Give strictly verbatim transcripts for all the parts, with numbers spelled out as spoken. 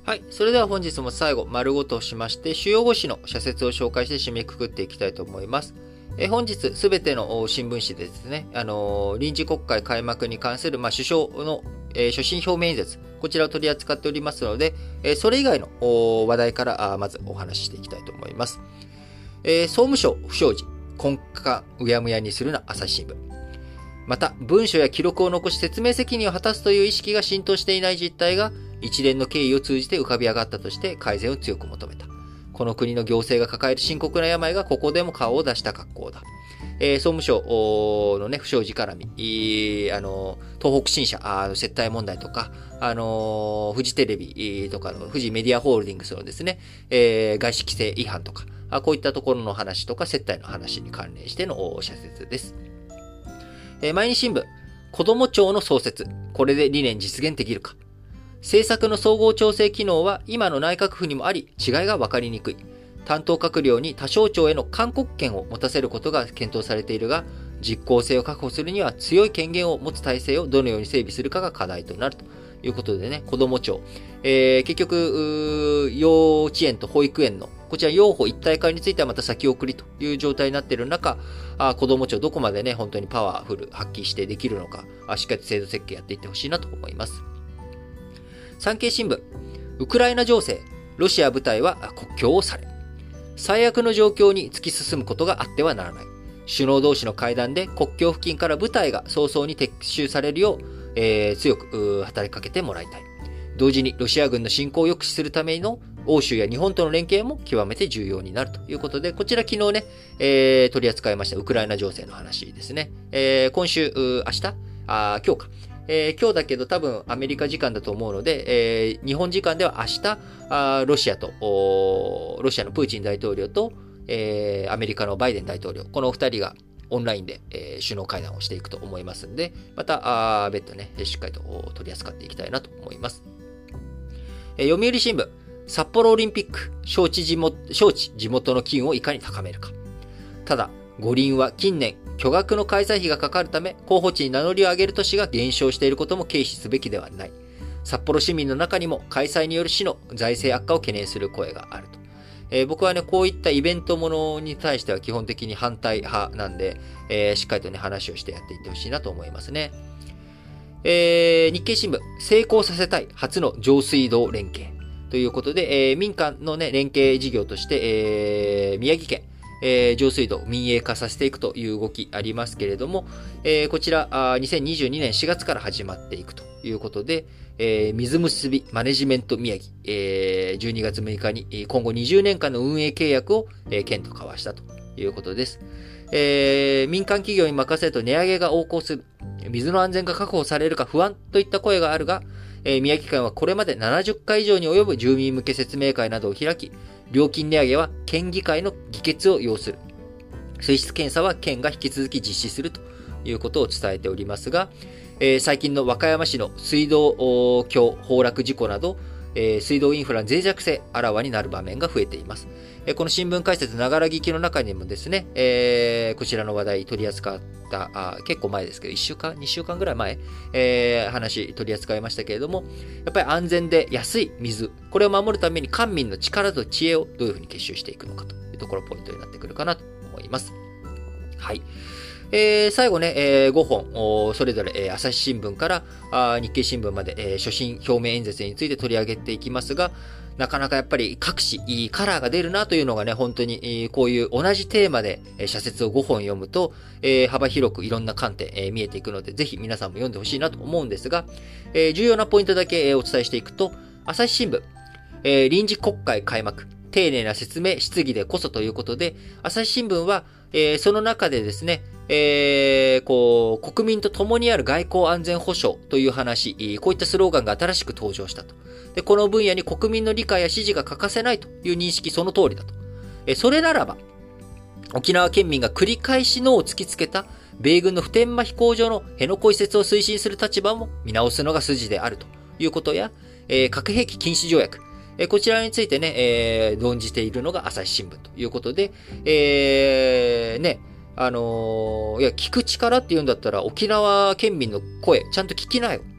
はい。それでは本日も最後、丸ごとしまして、主要ご紙の社説を紹介して締めくくっていきたいと思います。え本日、すべての新聞紙でですね、あのー、臨時国会開幕に関する、まあ、首相の、えー、所信表明演説、こちらを取り扱っておりますので、えー、それ以外の話題からあまずお話ししていきたいと思います。えー、総務省不祥事、根幹うやむやにするな朝日新聞。また、文書や記録を残し説明責任を果たすという意識が浸透していない実態が、一連の経緯を通じて浮かび上がったとして改善を強く求めた。この国の行政が抱える深刻な病がここでも顔を出した格好だ。えー、総務省のね、不祥事絡み、あの、東北新社あ接待問題とか、あの、フジテレビとかの、フジメディアホールディングスのですね、えー、外資規制違反とか、こういったところの話とか、接待の話に関連しての社説です。えー、毎日新聞、子ども庁の創設、これで理念実現できるか。政策の総合調整機能は今の内閣府にもあり、違いが分かりにくい。担当閣僚に他省庁への勧告権を持たせることが検討されているが、実効性を確保するには強い権限を持つ体制をどのように整備するかが課題となるということでね、子ども庁。えー、結局、幼稚園と保育園の、こちら幼保一体化についてはまた先送りという状態になっている中、あ子ども庁どこまでね、本当にパワフル発揮してできるのか、あしっかりと制度設計やっていってほしいなと思います。産経新聞、ウクライナ情勢、ロシア部隊は国境を去れ。最悪の状況に突き進むことがあってはならない。首脳同士の会談で国境付近から部隊が早々に撤収されるよう、えー、強く働きかけてもらいたい。同時にロシア軍の侵攻を抑止するための欧州や日本との連携も極めて重要になるということで、こちら昨日ね、えー、取り扱いましたウクライナ情勢の話ですね。えー、今週、明日あ今日か。えー、今日だけど多分アメリカ時間だと思うので、えー、日本時間では明日、あロシアと、ロシアのプーチン大統領と、えー、アメリカのバイデン大統領、この二人がオンラインで、えー、首脳会談をしていくと思いますので、また、あ別途ね、しっかりと取り扱っていきたいなと思います。えー、読売新聞、札幌オリンピック、招致地元、招致地元の機運をいかに高めるか。ただ、五輪は近年、巨額の開催費がかかるため、候補地に名乗りを上げる都市が減少していることも軽視すべきではない。札幌市民の中にも開催による市の財政悪化を懸念する声があると。えー、僕はね、こういったイベントものに対しては基本的に反対派なんで、えー、しっかりとね、話をしてやっていってほしいなと思いますね。えー、日経新聞、成功させたい初の上水道連携。ということで、えー、民間のね、連携事業として、えー、宮城県、えー、上水道民営化させていくという動きありますけれども、えー、こちらにせんにじゅうにねんしがつから始まっていくということで、えー、水結びマネジメント宮城、えー、じゅうにがつむいかに今後にじゅうねんかんの運営契約を、えー、県と交わしたということです。えー、民間企業に任せると値上げが横行する、水の安全が確保されるか不安といった声があるが、えー、宮城県はこれまでななじゅっかい以上に及ぶ住民向け説明会などを開き、料金値上げは県議会の議決を要する。水質検査は県が引き続き実施するということを伝えておりますが、えー、最近の和歌山市の水道橋崩落事故など、えー、水道インフラの脆弱性あらわになる場面が増えています。えー、この新聞解説ながら聞きの中にもですね、えー、こちらの話題取り扱ったあ結構前ですけどいっしゅうかんにしゅうかんぐらい前、えー、話取り扱いましたけれども、やっぱり安全で安い水、これを守るために官民の力と知恵をどういうふうに結集していくのかというところポイントになってくるかなと思います。はい。えー、最後ね、えー、ごほん、それぞれ、えー、朝日新聞からあ日経新聞まで、えー、所信表明演説について取り上げていきますが、なかなかやっぱり各紙、いいカラーが出るなというのがね、本当に、えー、こういう同じテーマで、えー、社説をごほん読むと、えー、幅広くいろんな観点、えー、見えていくので、ぜひ皆さんも読んでほしいなと思うんですが、えー、重要なポイントだけ、えー、お伝えしていくと、朝日新聞、えー、臨時国会開幕、丁寧な説明、質疑でこそということで、朝日新聞は、えー、その中でですね、えー、こう、国民と共にある外交安全保障という話、こういったスローガンが新しく登場したと。で、この分野に国民の理解や支持が欠かせないという認識その通りだと。え、それならば、沖縄県民が繰り返しノーを突きつけた米軍の普天間飛行場の辺野古移設を推進する立場も見直すのが筋であるということや、えー、核兵器禁止条約、えー、こちらについてね、えー、論じているのが朝日新聞ということで、えー、ね、あのー、いや、聞く力って言うんだったら沖縄県民の声、ちゃんと聞きなよ。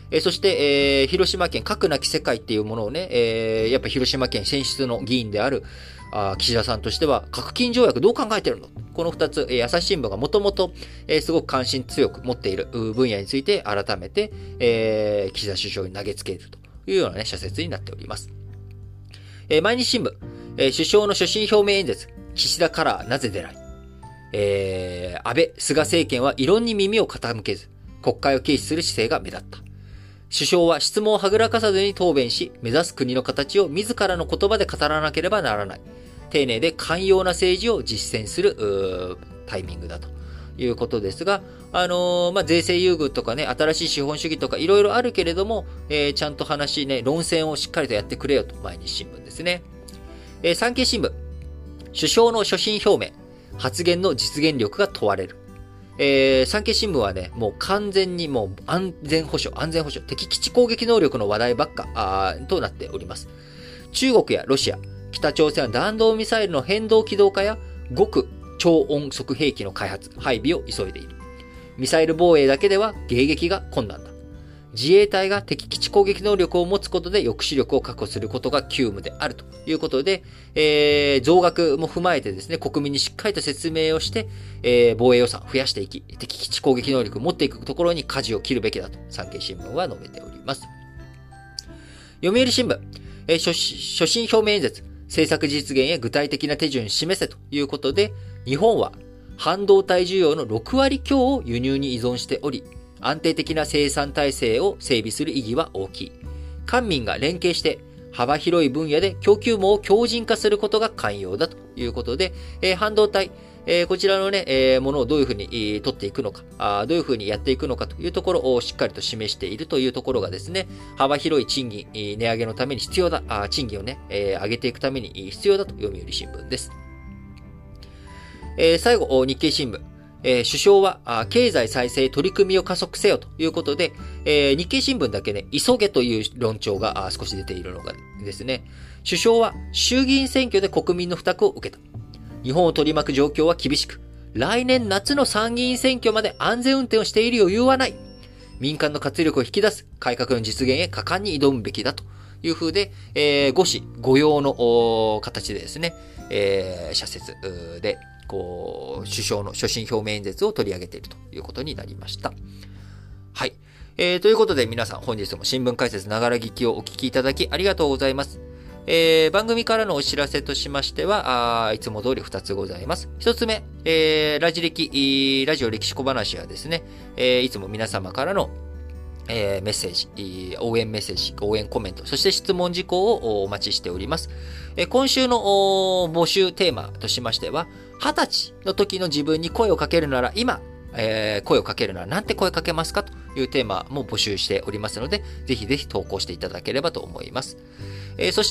えー、そして、えー、広島県核なき世界っていうものをね、えー、やっぱ広島県選出の議員であるあ岸田さんとしては、核禁条約どう考えてるの？この二つ、えー、朝日新聞がもともとすごく関心強く持っている分野について改めて、えー、岸田首相に投げつけるというようなね、社説になっております。えー、毎日新聞、えー、首相の所信表明演説、岸田カラーなぜ出ない？えー、安倍、菅政権は異論に耳を傾けず、国会を軽視する姿勢が目立った。首相は質問をはぐらかさずに答弁し、目指す国の形を自らの言葉で語らなければならない。丁寧で寛容な政治を実践するタイミングだということですが、あのー、まあ、税制優遇とかね、新しい資本主義とかいろいろあるけれども、えー、ちゃんと話ね、論戦をしっかりとやってくれよと、毎日新聞ですね。えー、産経新聞、首相の所信表明、発言の実現力が問われる。えー、産経新聞はね、もう完全にもう安全保障、安全保障、敵基地攻撃能力の話題ばっか、あとなっております。中国やロシア、北朝鮮は弾道ミサイルの変動軌道化や極超音速兵器の開発、配備を急いでいる。ミサイル防衛だけでは迎撃が困難だ。自衛隊が敵基地攻撃能力を持つことで抑止力を確保することが急務であるということで、えー、増額も踏まえてですね、国民にしっかりと説明をして、えー、防衛予算を増やしていき、敵基地攻撃能力を持っていくところに舵を切るべきだと産経新聞は述べております。読売新聞、えー、所, 所信表明演説、政策実現へ具体的な手順を示せということで、日本は半導体需要のろくわり強を輸入に依存しており、安定的な生産体制を整備する意義は大きい。官民が連携して幅広い分野で供給網を強靭化することが肝要だということで、えー、半導体、えー、こちらのね、えー、ものをどういうふうに、えー、取っていくのかあ、どういうふうにやっていくのかというところをしっかりと示しているというところがですね、幅広い賃金、値上げのために必要だ、あ賃金をね、えー、上げていくために必要だと読売新聞です。えー、最後、日経新聞。えー、首相は経済再生取り組みを加速せよということで、えー、日経新聞だけね、急げという論調が少し出ているのがですね、首相は衆議院選挙で国民の負託を受けた。日本を取り巻く状況は厳しく、来年夏の参議院選挙まで安全運転をしている余裕はない。民間の活力を引き出す改革の実現へ果敢に挑むべきだという風で、えー、ご子ご用の形でですね、えー、社説で、こう、首相の所信表明演説を取り上げているということになりました。はい。えー、ということで皆さん本日も新聞解説ながら聞きをお聞きいただきありがとうございます。えー、番組からのお知らせとしましては、あいつも通りふたつございます。ひとつめ、えー、ラジ歴、ラジオ歴史小話はですね、えー、いつも皆様からのえー、メッセージ、応援メッセージ、応援コメント、そして質問事項をお待ちしております。えー、今週の募集テーマとしましては、はたちの時の自分に声をかけるなら今、えー、声をかけるならなんて声かけますかというテーマも募集しておりますので、ぜひぜひ投稿していただければと思います。えー、そして、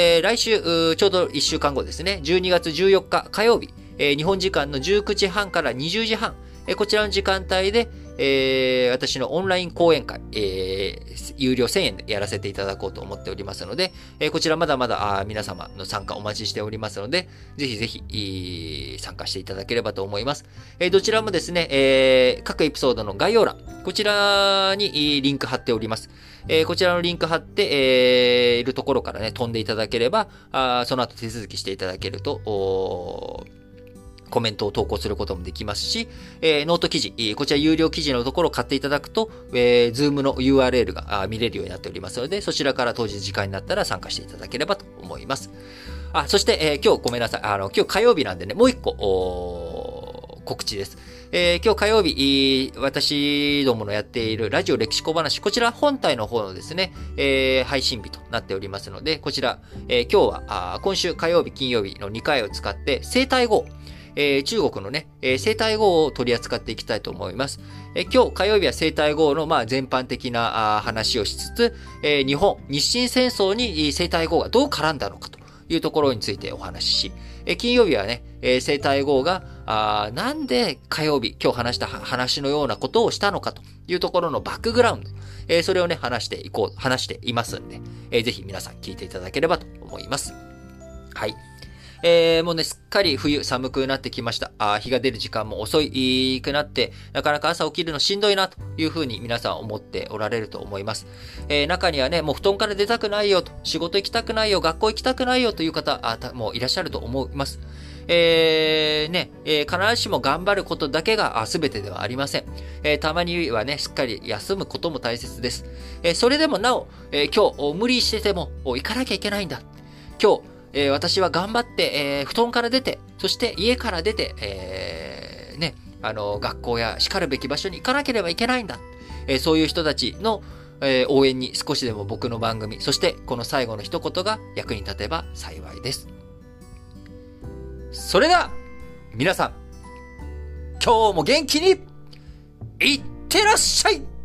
えー、来週、ちょうどいっしゅうかんごですね、じゅうにがつじゅうよっか火曜日、えー、日本時間のじゅうくじはんからにじゅうじはん、えー、こちらの時間帯で、えー、私のオンライン講演会、えー、有料せんえんでやらせていただこうと思っておりますので、えー、こちらまだまだ皆様の参加お待ちしておりますので、ぜひぜひ参加していただければと思います。えー、どちらもですね、えー、各エピソードの概要欄、こちらにリンク貼っております。えー、こちらのリンク貼って、えー、いるところからね、飛んでいただければ、あその後手続きしていただけると、コメントを投稿することもできますし、えー、ノート記事、こちら有料記事のところを買っていただくと、えー、Zoom の ユーアールエル が見れるようになっておりますので、そちらから当日時間になったら参加していただければと思います。あ、そして、えー、今日ごめんなさい。あの、今日火曜日なんでね、もう一個、告知です。えー、今日火曜日、私どものやっているラジオ歴史小話、こちら本体の方のですね、えー、配信日となっておりますので、こちら、えー、今日はあ、今週火曜日、金曜日のにかいを使って、生体語、えー、中国のね、えー、生体語を取り扱っていきたいと思います。えー、今日火曜日は生体語の、まあ、全般的なあ話をしつつ、えー、日本、日清戦争に生体語がどう絡んだのかというところについてお話しし、えー、金曜日はね、えー、生体語があなんで火曜日、今日話した話のようなことをしたのかというところのバックグラウンド、えー、それをね、話していこう、話していますんで、えー、ぜひ皆さん聞いていただければと思います。はい。 えー、もうね、すっかり冬寒くなってきました。あ日が出る時間も遅いくなって、なかなか朝起きるのしんどいなというふうに皆さん思っておられると思います。えー、中にはね、もう布団から出たくないよと、仕事行きたくないよ、学校行きたくないよという方、あもういらっしゃると思います。えー、ね、えー、必ずしも頑張ることだけが全てではありません。えー、たまにはね、しっかり休むことも大切です。えー、それでもなお、えー、今日無理してても行かなきゃいけないんだ。今日、えー、私は頑張って、えー、布団から出て、そして家から出て、えー、ね、あの、学校や叱るべき場所に行かなければいけないんだ。えー、そういう人たちの、えー、応援に少しでも僕の番組、そしてこの最後の一言が役に立てば幸いです。それでは、皆さん、今日も元気に、いってらっしゃい。